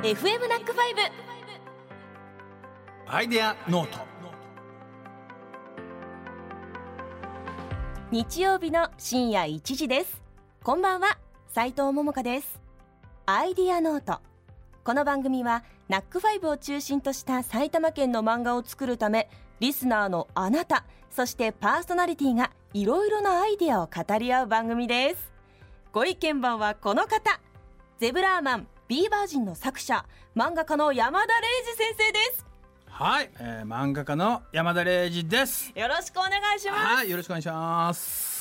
FM ナックファイブアイデアノート。 日曜日の深夜1時です。こんばんは、斉藤桃香です。アイデアノート。この番組はナックファイブを中心とした埼玉県の漫画を作るため、リスナーのあなた、そしてパーソナリティがいろいろなアイデアを語り合う番組です。ご意見番はこの方、ゼブラーマンビーバージンの作者、漫画家の山田礼二先生です。 はい、漫画家の山田礼二です。 よろしくお願いします。 はい、よろしくお願いします。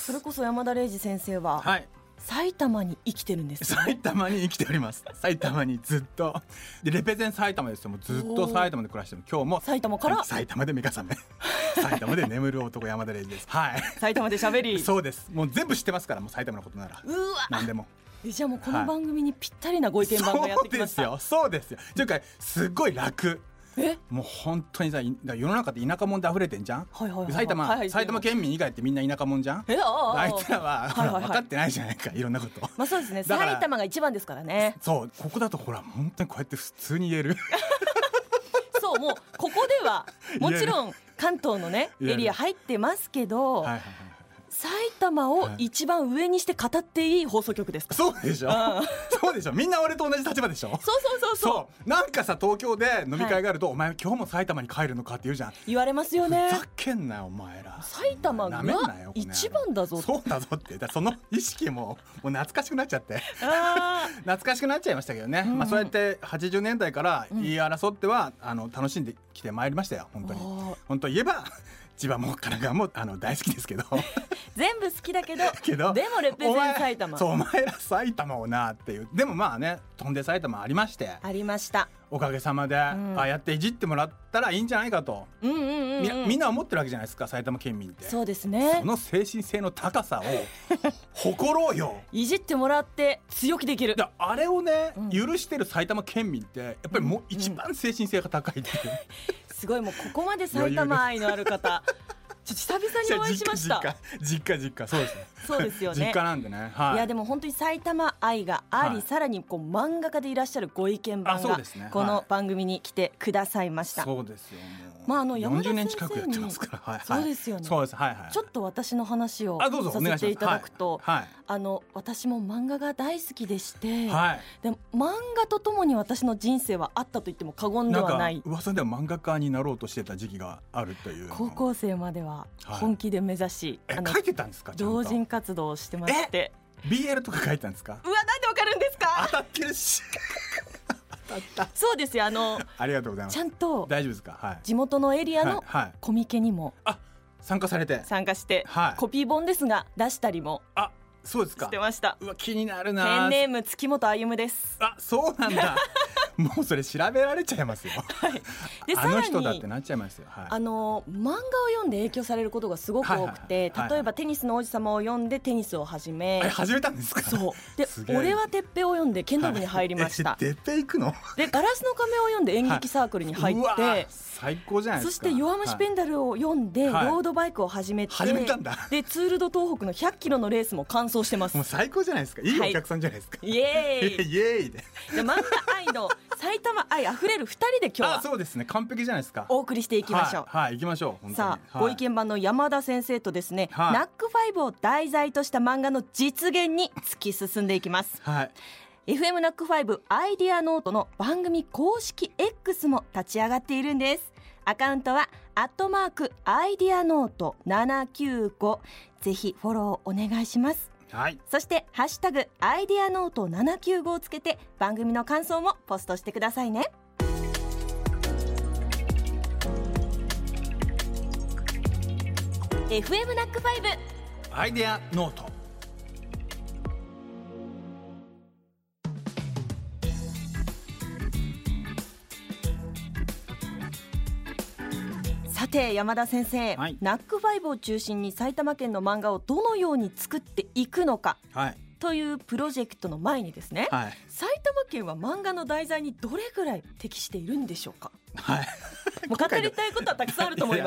それこそ山田礼二先生は、 はい、 埼玉に生きてるんです、ね、 埼玉に生きております。埼玉にずっとでレペゼン埼玉ですよ。もうずっと埼玉で暮らしてる。今日も埼玉から埼玉で目が覚め埼玉で眠る男山田礼二です。はい、 埼玉で喋りそうです。もう全部知ってますから、もう埼玉のことならうわ何でも。 じゃあもうこの番組にぴったりなご意見番がやってきました。 そうですよ。というかすごい楽。もう本当にさ、世の中って田舎者で溢れてんじゃん。埼玉県民以外ってみんな田舎者じゃん。あいつらは分かってないじゃないか、いろんなこと。 まあそうですね、埼玉が一番ですからね。 そう、ここだとほら本当にこうやって普通に言えるそう、もうここではもちろん関東のねエリア入ってますけど、埼玉を一番上にして語っていい放送局ですか。 そうでしょ、そうでしょ。みんな俺と同じ立場でしょ。そうなんかさ、東京で飲み会があると、お前今日も埼玉に帰るのかって言うじゃん。 言われますよね。 ふざけんなよお前ら、 埼玉が一番だぞ。 そうだぞって。その意識もう懐かしくなっちゃって懐かしくなっちゃいましたけどね。そうやって80年代から言い争っては、楽しんできてまいりましたよ。本当に本当言えば千葉も神奈川も大好きですけど全部好きだけどでもレペゼン埼玉。 そう、お前ら埼玉をなっていう。でもまあね、飛んで埼玉ありまして、 ありました。 おかげさまで、ああやっていじってもらったらいいんじゃないかと、みんな思ってるわけじゃないですか、埼玉県民って。そうですね。その精神性の高さを誇ろうよいじってもらって強気できる。 あれをね、許してる埼玉県民ってやっぱりもう一番精神性が高いっていう、 すごい。もうここまで埼玉愛のある方ちょっと久々にお会いしました。 実家そうですね。 そうですよね。 実家なんでね。 いやでも本当に埼玉愛があり、さらにこう漫画家でいらっしゃるご意見番がこの番組に来てくださいました。 そうですよ。 山田先生に 40年近くやってますから。 そうですよね。 そうです。 ちょっと私の話をさせていただくと、私も漫画が大好きでして、で漫画とともに私の人生はあったと言っても過言ではない。 噂では漫画家になろうとしてた時期があるという。 高校生までは本気で目指し、 書いてたんですか。 同人活動をしてまして。 BL とか書いてたんですか。 うわ、なんでわかるんですか。 当たってるしそうですよ。ありがとうございます。 ちゃんと大丈夫ですか。 地元のエリアのコミケにも参加して、 コピー本ですが出したりもそうですかしてました。 うわ、気になるな。 ペンネーム月本歩です。 そうなんだもうそれ調べられちゃいますよ。 であの人だってなっちゃいますよ。 漫画を読んで影響されることがすごく多くて、例えばテニスの王子様を読んでテニスを始めたんですか。 そうで、俺は鉄平を読んで剣道部に入りました。 鉄平行くの。でガラスの仮面を読んで演劇サークルに入って、 最高じゃないですか。 そして弱虫ペンダルを読んでロードバイクを始めたんだ。でツール・ド・東北の100キロのレースも完走してます。 もう最高じゃないですか。いいお客さんじゃないですか。 イエーイイエーイで漫画愛の埼玉愛あふれる2人で今日はそうですね、完璧じゃないですか。 お送りしていきましょう。 行きましょう。 さあ、ご意見番の山田先生とですね、ナックファイブを題材とした漫画の実現に突き進んでいきます。FM ナックファイブアイディアノートの番組公式 X も立ち上がっているんです。アカウントはアイディアノート795、ぜひフォローお願いします。そしてハッシュタグアイディアノート795をつけて番組の感想もポストしてくださいね。FM ナックファイブアイデアノート。 さて山田先生、ナックファイブを中心に埼玉県の漫画をどのように作っていくのか、というプロジェクトの前にですね、埼玉県は漫画の題材にどれぐらい適しているんでしょうか。もう語りたいことはたくさんあると思います。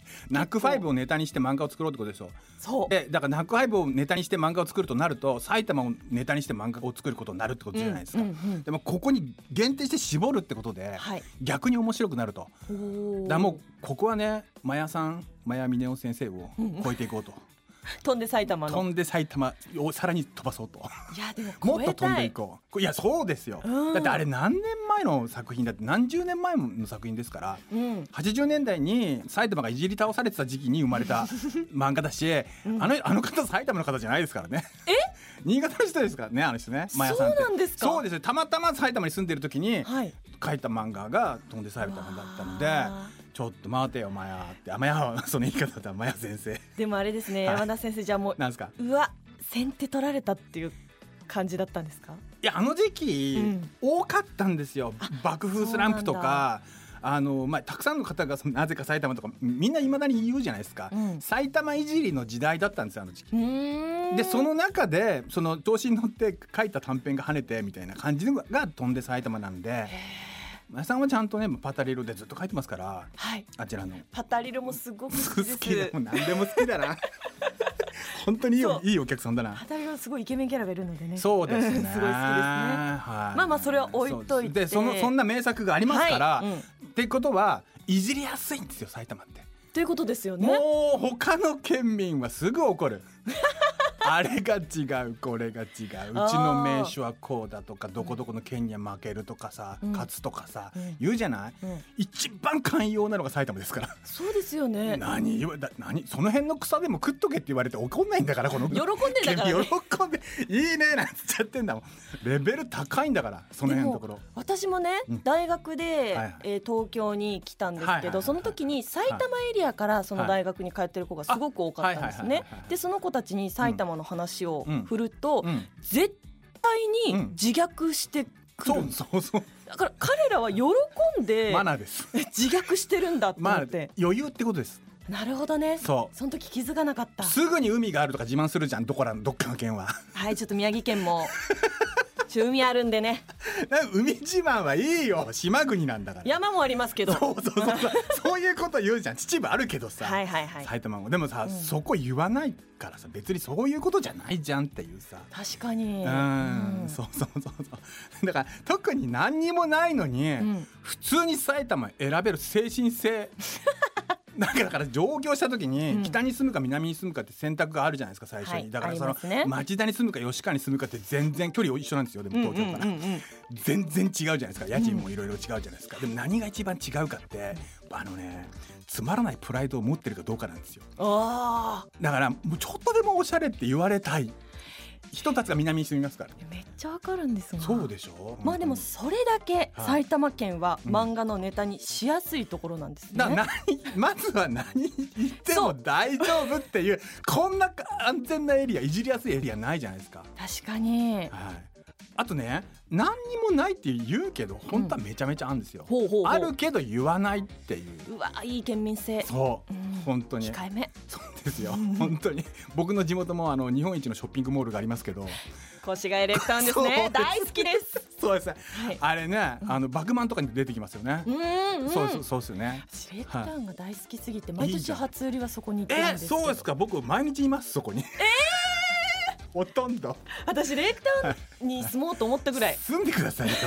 ナックファイブをネタにして漫画を作ろうってことですよ。 そうでだからナックファイブをネタにして漫画を作るとなると埼玉をネタにして漫画を作ることになるってことじゃないですか、でもここに限定して絞るってことで、逆に面白くなると。だからもうここはねマヤ峰夫先生を超えていこうと、 飛んで埼玉をさらに飛ばそうと。 いやでももっと飛んでいこう。いやそうですよ、だってあれ何年前の作品だって、何十年前の作品ですから、80年代に埼玉がいじり倒されてた時期に生まれた漫画だし、あの方埼玉の方じゃないですからね。新潟の人ですからね、あの人ね、マヤさんって。 そうなんですか。 そうですよ、たまたま埼玉に住んでる時に書いた漫画が飛んで埼玉だったので、ちょっと待てよマヤって、マヤはその言い方だったらマヤ先生。 でもあれですね、山田先生、じゃあもうなんですか、 うわ先手取られたっていう感じだったんですか。 いやあの時期、多かったんですよ、爆風スランプとか。たくさんの方がなぜか埼玉とかみんないまだに言うじゃないですか、埼玉いじりの時代だったんですよあの時期で。その中でその調子に乗って書いた短編が跳ねてみたいな感じが飛んで埼玉なんで、マヤさんはちゃんとねパタリロでずっと書いてますから、あちらのパタリロもすごく好きです。 好きでも何でも好きだな本当にいいお客さんだな。 パタリロはすごいイケメンキャラがいるのでね。 そうですねすごい好きですね、まあそれは置いといて、 そんな名作がありますから、ってことはいじりやすいんですよ埼玉って。 ということですよね。 もう他の県民はすぐ怒るあれが違うこれが違う、うちの名所はこうだとか、どこどこの県には負けるとかさ、勝つとかさ、言うじゃない、一番寛容なのが埼玉ですから。 そうですよね。 何その辺の草でも食っとけって言われて怒んないんだから、この喜んでんだからね。 喜んでいいねなんつっちゃってんだもん。レベル高いんだからその辺のところ。 私もね、大学で、東京に来たんですけど、その時に埼玉エリアからその大学に通ってる子がすごく多かったんですね。でその子たちに埼玉の話を振ると、絶対に自虐してくる。 そうだから彼らは喜んでマナーです自虐してるんだって思って、 余裕ってことです。 なるほどね。その時気づかなかった。 すぐに海があるとか自慢するじゃん、どっかの県は。 はい、ちょっと宮城県も海あるんでね海自慢はいいよ、島国なんだから。 山もありますけど。 そういうこと言うじゃん。秩父あるけどさ、埼玉もでもさ、そこ言わないからさ、別にそういうことじゃないじゃんっていうさ。 確かに。 そうだから特に何にもないのに、普通に埼玉選べる精神性だから上京した時に北に住むか南に住むかって選択があるじゃないですか最初に。だからその町田に住むか吉川に住むかって全然距離一緒なんですよ。でも東京から全然違うじゃないですか。家賃もいろいろ違うじゃないですか。でも何が一番違うかってつまらないプライドを持ってるかどうかなんですよ。だからもうちょっとでもおしゃれって言われたい人たちが南に住みますから。 めっちゃわかるんですよ。 そうでしょ。 まあでもそれだけ埼玉県は漫画のネタにしやすいところなんですね。 まずは何言っても大丈夫っていうこんな安全なエリア、いじりやすいエリアないじゃないですか。 確かに。 あとね、何にもないって言うけど本当はめちゃめちゃあるんですよ。あるけど言わないっていう。 うわ、いい県民性。 そう本当に控えめ。 そうですよ本当に。僕の地元も日本一のショッピングモールがありますけど、 越谷レクタウンですね。大好きです。 そうですね、あれね、バグマンとかに出てきますよね。そうですよね。 レクタウンが大好きすぎて毎年初売りはそこに行ってるんですけど。 そうですか。僕毎日いますそこに。ほとんど。 私レクタウンに住もうと思ったぐらい。 住んでくださいよ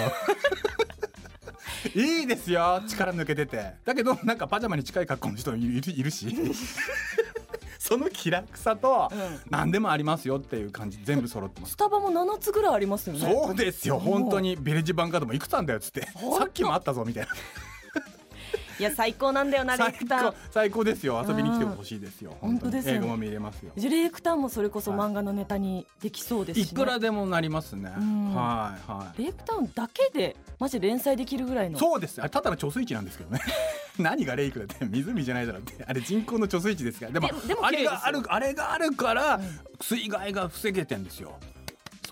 いいですよ、力抜けてて。だけどなんかパジャマに近い格好の人もいるしその気楽さと何でもありますよっていう感じ、全部揃ってます。 スタバも7つぐらいありますよね。 そうですよ本当に。ビレッジヴァンガードもいくつあんだよっつって、さっきもあったぞみたいな。 いや最高なんだよなレクタウン。 最高ですよ。遊びに来てほしいですよ。 本当ですよね。 英語も見れますよ。 レクタウンもそれこそ漫画のネタにできそうですしね。 いくらでもなりますね。 レクタウンだけでマジ連載できるぐらいの。 そうです。あれただの貯水池なんですけどね何がレイクだって湖じゃないだろって。あれ人工の貯水池ですから。でもあれがあるから水害が防げてんですよ。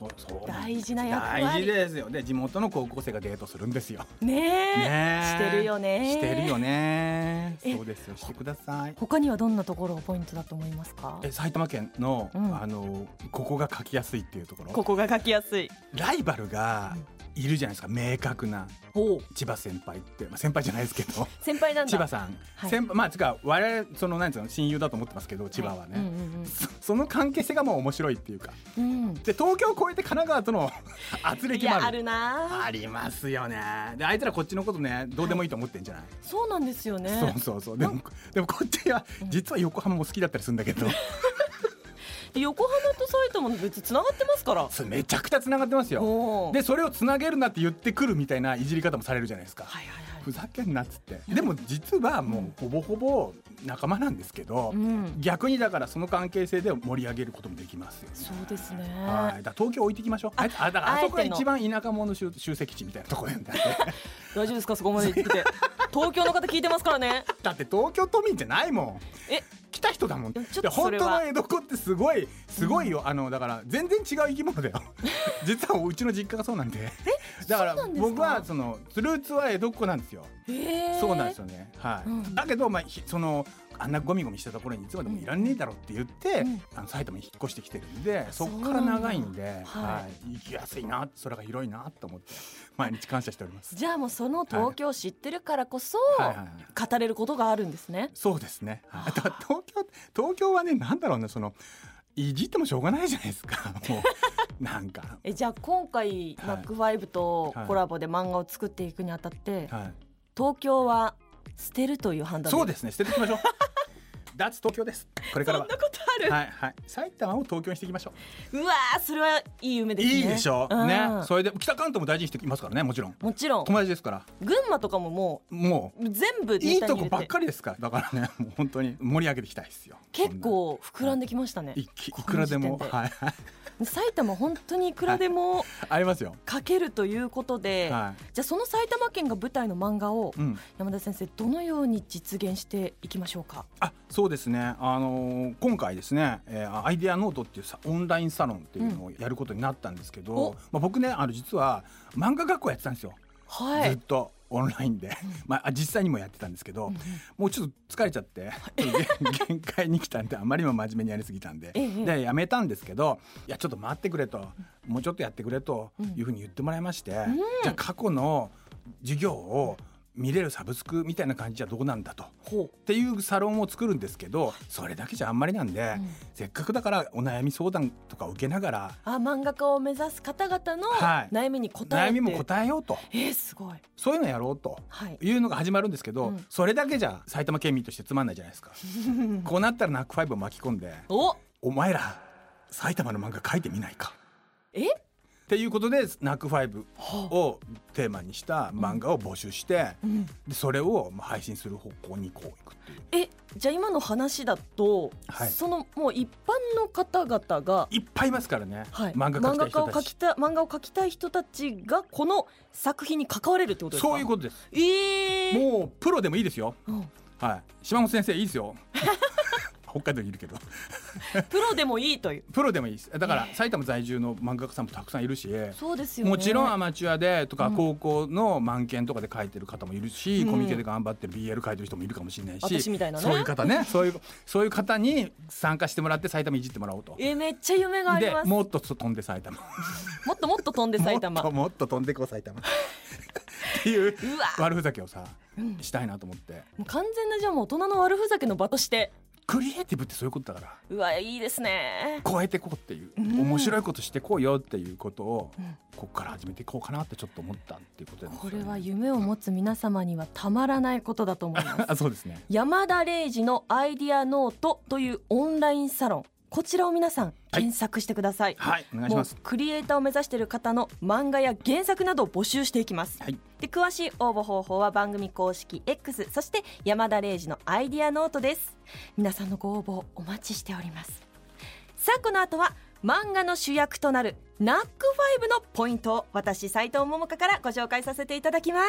大事な役割。 大事ですよ。で地元の高校生がデートするんですよ。 ねしてるよね。 してるよね。そうですよ、してください。 他にはどんなところがポイントだと思いますか？ 埼玉県の、ここが書きやすいっていうところ。 ここが書きやすい。 ライバルがいるじゃないですか、明確な。千葉先輩って、先輩じゃないですけど先輩なんだ。 千葉さん、先輩、つか我々なんていうの親友だと思ってますけど、千葉はね、その関係性がもう面白いっていうか、で東京を越えて神奈川との圧力もある。 あるな。 ありますよね。であいつらこっちのことねどうでもいいと思ってんじゃない？そうなんですよね。 そうでもこっちは実は横浜も好きだったりするんだけど横浜と埼玉の別につながってますから。 めちゃくちゃつながってますよ。でそれをつなげるなって言ってくるみたいないじり方もされるじゃないですか。ふざけんなっつって。でも実はもうほぼほぼ仲間なんですけど、逆にだからその関係性で盛り上げることもできますよね。 そうですね。 だ東京置いていきましょう。だからあそこが一番田舎者の集積地みたいなところなんだ大丈夫ですか、そこまで言ってて東京の方聞いてますからね。 だって東京都民じゃないもん。来た人だもん。本当の江戸っ子ってすごいよ。だから全然違う生き物だよ実はうちの実家がそうなんで。だから僕はそのルーツは江戸っ子なんですよ。そうなんですよね。だけどあんなゴミゴミしたところにいつまでもいらんねえだろって言って、埼玉に引っ越してきてるんで、そこから長いんで、行きやすいな、空が広いなと思って毎日感謝しております。じゃあもうその東京を知ってるからこそ語れることがあるんですね。 そうですね。東京はね、なんだろうね、いじってもしょうがないじゃないですかもうなんかじゃあ今回ナックファイブとコラボで漫画を作っていくにあたって、東京は捨てるという判断で。 そうですね、捨てていきましょう脱東京です。これからはそんなことある。 埼玉を東京にしていきましょう。うわー、それはいい夢ですね。 いいでしょね。それで北関東も大事にしてきますからね。もちろん友達ですから。 群馬とかももう全部いいとこばっかりですから。だからね、もう本当に盛り上げていきたいですよ。 結構膨らんできましたね。 いくらでも埼玉本当にいくらでもありますよ。 書けるということで、じゃあその埼玉県が舞台の漫画を山田先生どのように実現していきましょうか？ そうですね。今回ですね、アイデアノートっていうオンラインサロンっていうのをやることになったんですけど、僕ね実は漫画学校やってたんですよ。ずっとオンラインで、実際にもやってたんですけど、もうちょっと疲れちゃって限界に来たんで、あまりにも真面目にやりすぎたんで、でやめたんですけど、いやちょっと待ってくれと、もうちょっとやってくれというふうに言ってもらいまして、じゃあ過去の授業を見れるサブスクみたいな感じじゃどうなんだとっていうサロンを作るんですけど、それだけじゃあんまりなんで、せっかくだからお悩み相談とか受けながら漫画家を目指す方々の悩みに答えて、 悩みも答えようと、 すごいそういうのやろうというのが始まるんですけど、それだけじゃ埼玉県民としてつまんないじゃないですかこうなったらナックファイブを巻き込んで、お前ら埼玉の漫画描いてみないかっていうことでナックファイブをテーマにした漫画を募集して、でそれを配信する方向にこういくっていう。 じゃあ今の話だと、そのもう一般の方々がいっぱいいますからね、漫画を描きたい人たちがこの作品に関われるってことですか？ そういうことです。もうプロでもいいですよ。島本先生いいですよ北海道にいるけどプロでもいいという。 プロでもいいです。だから埼玉在住の漫画家さんもたくさんいるし、 そうですよね、 もちろんアマチュアでとか、高校の満研とかで書いてる方もいるし、コミケで頑張ってる BL 書いてる人もいるかもしれないし、 私みたいなね、 そういう方ねそういう方に参加してもらって埼玉いじってもらおうと。 めっちゃ夢があります。 でもっと飛んで埼玉もっともっと飛んで埼玉もっと飛んでこう埼玉っていう悪ふざけをしたいなと思って、 もう完全なじゃあもう大人の悪ふざけの場としてクリエイティブってそういうことだから、 いいですね。 超えてこうっていう、面白いことしてこうよっていうことを、ここから始めていこうかなってちょっと思ったっていうことです、 これは夢を持つ皆様にはたまらないことだと思いますそうですね。 山田礼二のアイディアノートというオンラインサロン、こちらを皆さん検索してください。 お願いします。 クリエイターを目指している方の漫画や原作などを募集していきます。で詳しい応募方法は番組公式 X、 そして山田礼二のアイディアノートです。皆さんのご応募お待ちしております。さあこの後は漫画の主役となるナックファイブのポイントを私斉藤桃香からご紹介させていただきます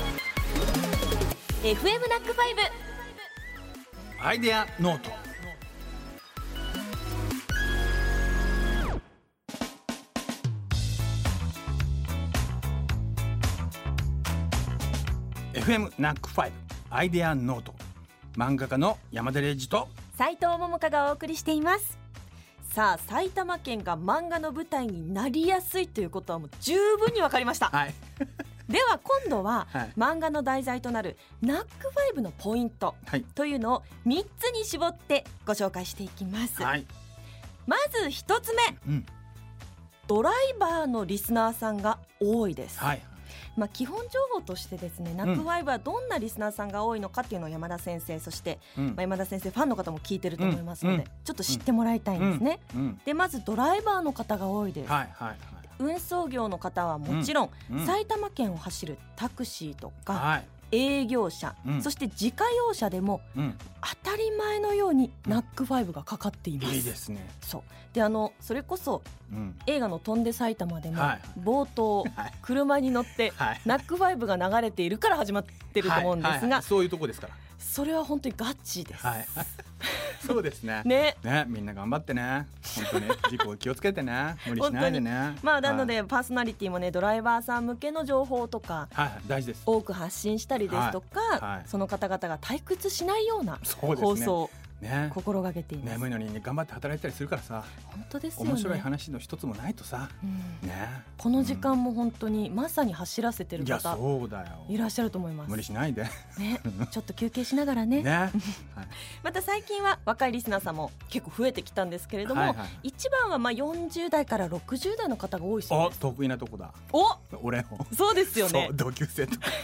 。FM ナックファイブアイデアノート。 FM ナック5アイデアノート、漫画家の山田礼二と斉藤桃香がお送りしています。さあ、埼玉県が漫画の舞台になりやすいということはもう十分に分かりました、 はい、 では今度は、漫画の題材となるナック5のポイントというのを3つに絞ってご紹介していきます、はい、まず1つ目、ドライバーのリスナーさんが多いです、はい。基本情報としてですね、ナック5はどんなリスナーさんが多いのかっていうのを山田先生、そして、山田先生ファンの方も聞いてると思いますので、ちょっと知ってもらいたいんですね、でまずドライバーの方が多いです、運送業の方はもちろん、埼玉県を走るタクシーとか、営業者、そして自家用車でも、当たり前のようにナック5がかかっています、 いいですね。 そうで、それこそ、映画の飛んで埼玉でも、冒頭、車に乗って、ナック5が流れているから始まってると思うんですが、 そういうとこですから。 それは本当にガチです、 そうですね。みんな頑張ってね。本当に事故気をつけてね。無理しないでね。 なのでパーソナリティもね、ドライバーさん向けの情報とか、 大事です。 多く発信したりですとか、その方々が退屈しないような放送心がけています。 眠いのに頑張って働いたりするからさ。 本当ですよね。 面白い話の一つもないとさ、 この時間も本当にまさに走らせてる方いらっしゃると思います。 無理しないでね、ちょっと休憩しながらね。また最近は若いリスナーさんも結構増えてきたんですけれども、一番は40代から60代の方が多いそうです。 得意なとこだ。俺もそうですよね。 同級生とか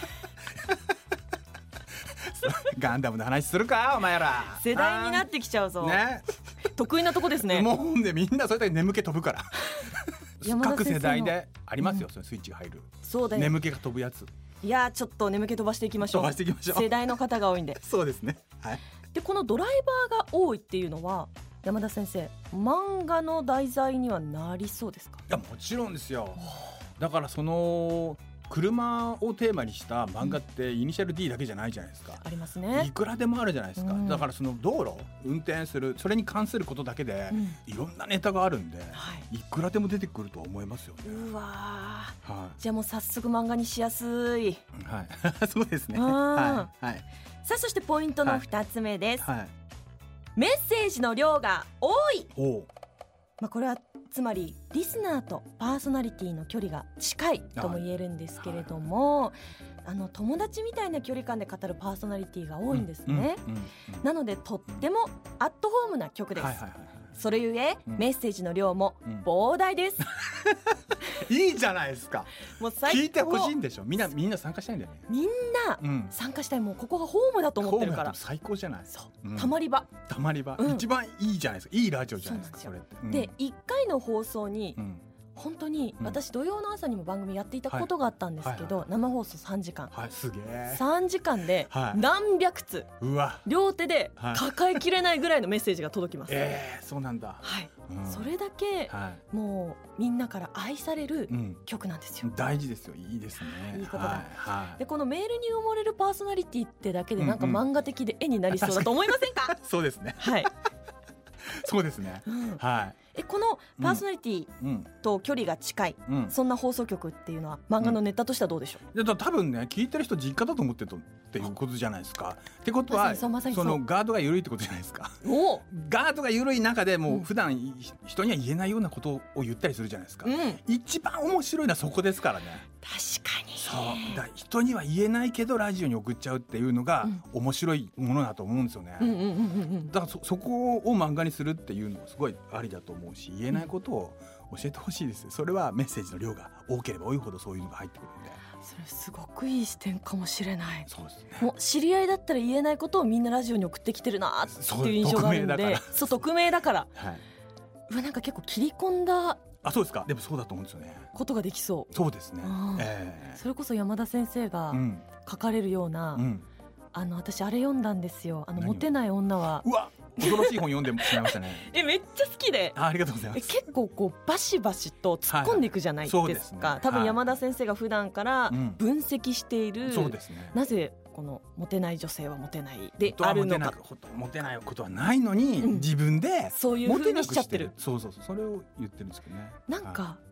ガンダムの話するかお前ら。 世代になってきちゃうぞ、得意なとこですね。 もうね、みんなそれだけ眠気飛ぶから各世代でありますよ、そのスイッチが入る。そうだよ、眠気が飛ぶやつ。 いや、ちょっと眠気飛ばしていきましょう。世代の方が多いんでそうですね、 でこのドライバーが多いっていうのは、山田先生、漫画の題材にはなりそうですか？ いや、もちろんですよ。だからその車をテーマにした漫画ってイニシャル D だけじゃないじゃないですか。 ありますね。 いくらでもあるじゃないですか、だからその道路運転する、それに関することだけで、いろんなネタがあるんで、いくらでも出てくると思いますよね。 うわ、じゃあもう早速漫画にしやすい。 そうですね。 さあ、そしてポイントの2つ目です、メッセージの量が多い。これはつまりリスナーとパーソナリティの距離が近いとも言えるんですけれども、友達みたいな距離感で語るパーソナリティが多いんですね。なのでとってもアットホームな曲です。それゆえ、メッセージの量も膨大です、 いいじゃないですか。もう聞いてほしいんでしょ。みんな参加したいんだよね。みんな参加したい。もうここがホームだと思ってるから。 最高じゃない。 たまり場、 一番いいじゃないですか。いいラジオじゃないですか、それって。 で、1回の放送に本当に私土曜の朝にも番組やっていたことがあったんですけど、生放送3時間、 すげえ 3時間で何百通、両手で抱えきれないぐらいのメッセージが届きます。 そうなんだ。 それだけもうみんなから愛される曲なんですよ。 大事ですよ。いいですね。 いいことだ。でこのメールに埋もれるパーソナリティってだけでなんか漫画的で絵になりそうだと思いませんか？ そうですね。そうですね。 このパーソナリティと距離が近い、そんな放送局っていうのは漫画のネタとしてはどうでしょう？ 多分ね、聞いてる人実家だと思ってるっていうことじゃないですか。ってことはそのガードが緩いってことじゃないですか。ガードが緩い中でもう普段人には言えないようなことを言ったりするじゃないですか。一番面白いのはそこですからね。 確かに。 そうだ、人には言えないけどラジオに送っちゃうっていうのが面白いものだと思うんですよね。だからそこを漫画にするっていうのはすごいありだと思うし、言えないことを教えてほしいです。それはメッセージの量が多ければ多いほどそういうのが入ってくるんで。 それすごくいい視点かもしれない。 そうですね。 もう知り合いだったら言えないことをみんなラジオに送ってきてるなっていう印象があるんで、匿名だから、なんか結構切り込んだ。 そうですか。でもそうだと思うんですよね。 ことができそう。 そうですね。 それこそ山田先生が書かれるような、私あれ読んだんですよ。モテない女は。 恐ろしい本読んでしまいましたね。 めっちゃ好きで。 ありがとうございます。 結構こうバシバシと突っ込んでいくじゃないですか。多分山田先生が普段から分析している、なぜこのモテない女性はモテないであるのか。 モテないことはないのに、自分でそういう風にしちゃってる。 そうそれを言ってるんですけどね。 なんか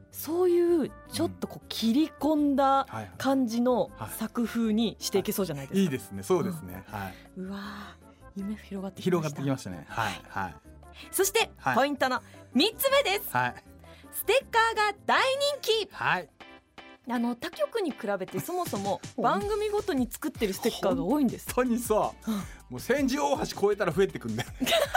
そういうちょっとこう切り込んだ感じの作風にしていけそうじゃないですか。 いいですね、そうですね、 うわ夢広がってきましたね。 そしてポイントの3つ目です。ステッカーが大人気。他局に比べてそもそも番組ごとに作ってるステッカーが多いんです。 本当にさ、もう千住大橋越えたら増えてくんだよ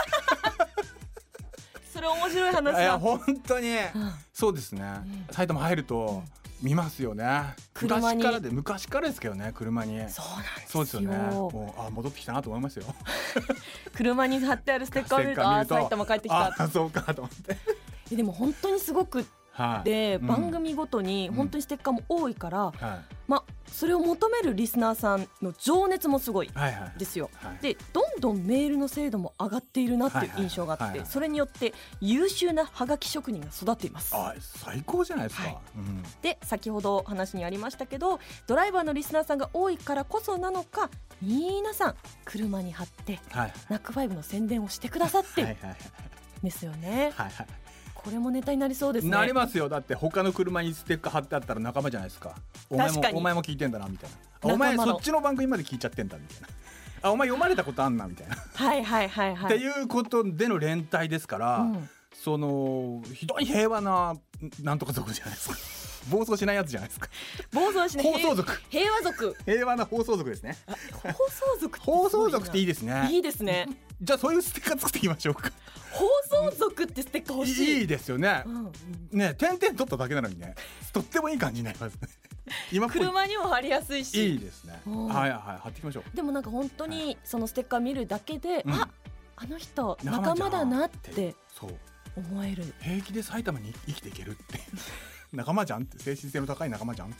それ面白い話だ。 いや本当に、そうですね、埼玉入ると見ますよね。昔からですけどね、車に。そうですよね。もう戻ってきたなと思いますよ車に貼ってあるステッカーを見ると埼玉帰ってきた。 そうかと思ってでも本当にすごくで、番組ごとに本当にステッカーも多いから、それを求めるリスナーさんの情熱もすごいですよ。でどんどんメールの精度も上がっているなっていう印象があって、それによって優秀なハガキ職人が育っています。 最高じゃないですか。 で先ほど話にありましたけど、ドライバーのリスナーさんが多いからこそなのか、皆さん車に貼ってナックファイブの宣伝をしてくださってるんですよね。これもネタになりそうですね。 なりますよ。だって他の車にステッカー貼ってあったら仲間じゃないですか。お前も聞いてんだなみたいな。お前そっちの番組まで聞いちゃってんだみたいな。お前読まれたことあんなみたいな。っていうことでの連帯ですから、その非常に平和ななんとか族じゃないですか。暴走しないやつじゃないですか。 暴走しない。 放送族。 平和族。 平和な放送族ですね。 放送族っていいですね。 いいですね。 じゃあそういうステッカー作っていきましょうか。 放送族ってステッカー欲しい。 いいですよね。ね、点々取っただけなのにね、とってもいい感じになりますね。 車にも貼りやすいし。 いいですね。貼っていきましょう。 でもなんか本当にそのステッカー見るだけで、あの人仲間だなって思える。 平気で埼玉に生きていけるって仲間じゃんって、精神性の高い仲間じゃんって。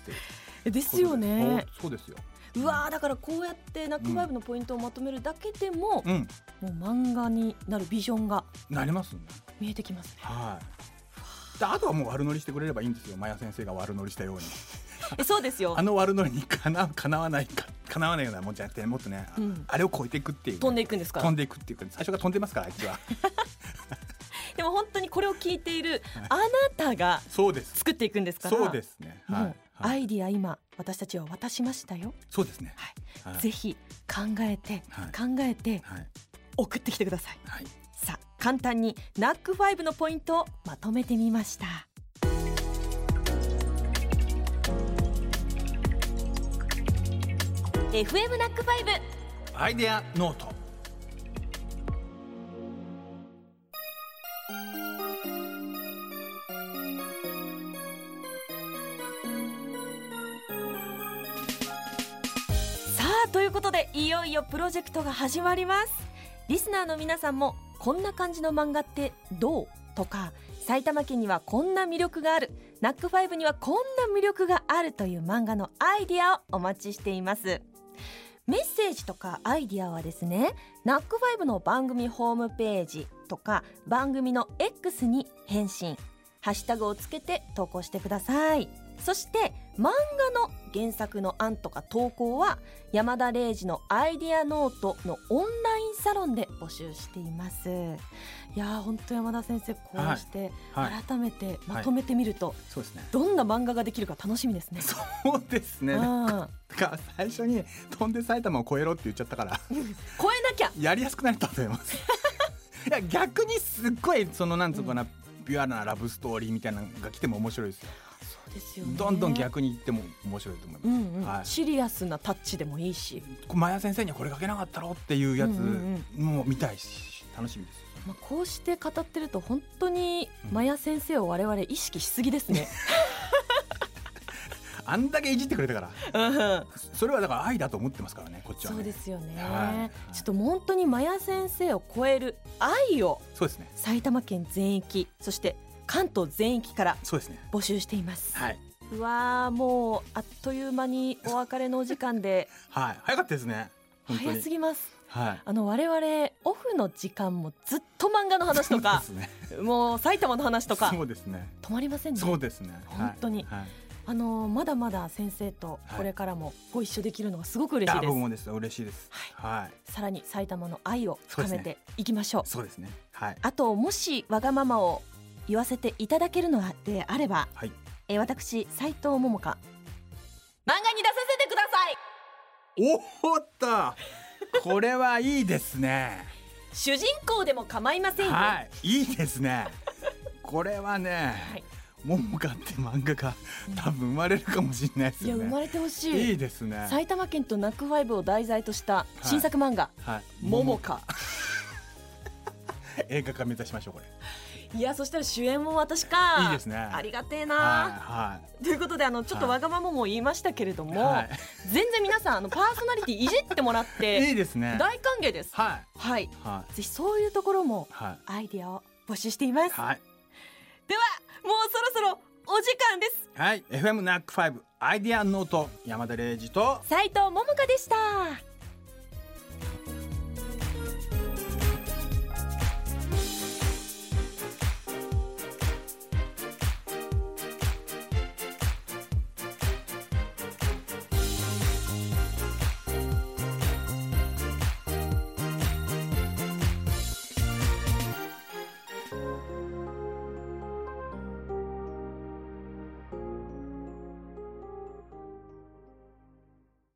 ですよね。 そうですよ。 だからこうやってナックファイブのポイントをまとめるだけでも、もう漫画になるビジョンがなりますね。 見えてきますね。 あとはもう悪乗りしてくれればいいんですよ。マヤ先生が悪乗りしたように。 そうですよ。 悪乗りにかなわないようなもんじゃなくて、もっとね、あれを超えていくっていう、 飛んでいくんですか。 飛んでいくっていうか、最初から飛んでますからあいつは。 でも本当にこれを聞いているあなたが作っていくんですから。 そうですね。 アイディア今私たちは渡しましたよ。 そうですね。 ぜひ考えて送ってきてください。さあ簡単にナックファイブのポイントをまとめてみました。FM ナックファイブアイデアノート。 ということでいよいよプロジェクトが始まります。リスナーの皆さんもこんな感じの漫画ってどうとか、埼玉県にはこんな魅力がある、ナックファイブにはこんな魅力があるという漫画のアイディアをお待ちしています。メッセージとかアイディアはですね、ナックファイブの番組ホームページとか番組の X に返信、ハッシュタグをつけて投稿してください。そして漫画の原作の案とか投稿は山田礼二のアイディアノートのオンラインサロンで募集しています。いや本当山田先生、こうして改めてまとめてみると、どんな漫画ができるか楽しみですね。 そうですね。最初に飛んで埼玉を越えろって言っちゃったから超えなきゃやりやすくなると思います。いや逆にすっごいそのなんつうかな、ピュアなラブストーリーみたいなのが来ても面白いですよ。 ですよね、 どんどん逆に言っても面白いと思います。 シリアスなタッチでもいいし、 マヤ先生にはこれ書けなかったろっていうやつも見たいし、楽しみです。 こうして語ってると本当にマヤ先生を我々意識しすぎですね。 あんだけいじってくれたから、それはだから愛だと思ってますからね、こっちはね。 そうですよね。ちょっと本当にマヤ先生を超える愛を、 そうですね、 埼玉県全域、そして関東全域から募集しています。うわもうあっという間にお別れのお時間で早かったですね。 早すぎます。我々オフの時間もずっと漫画の話とか、もう埼玉の話とか止まりませんね。 そうですね、 本当に。まだまだ先生とこれからもご一緒できるのがすごく嬉しいです。 僕もです。嬉しいです。 さらに埼玉の愛を深めていきましょう。 そうですね。 あともしわがままを言わせていただけるのであれば、 私斉藤桃香漫画に出させてください。 おっと、これはいいですね。 主人公でも構いませんよ。 はい、いいですね。これはね、はい、桃香って漫画が多分生まれるかもしれないですよね。 いや、生まれてほしい。 いいですね。 埼玉県とナックファイブを題材とした新作漫画、 はい、 桃香映画化目指しましょうこれ。 いや、そしたら主演も私か。 いいですね。 ありがてえな、 はい、 ということでちょっとわがままも言いましたけれども、はい、全然皆さんパーソナリティいじってもらっていいですね。 大歓迎です。 はい、 はいはい、ぜひそういうところもアイディアを募集しています。はい、ではもうそろそろお時間です。 はい、FM ナック5アイディアノート、山田礼二と斉藤桃香でした。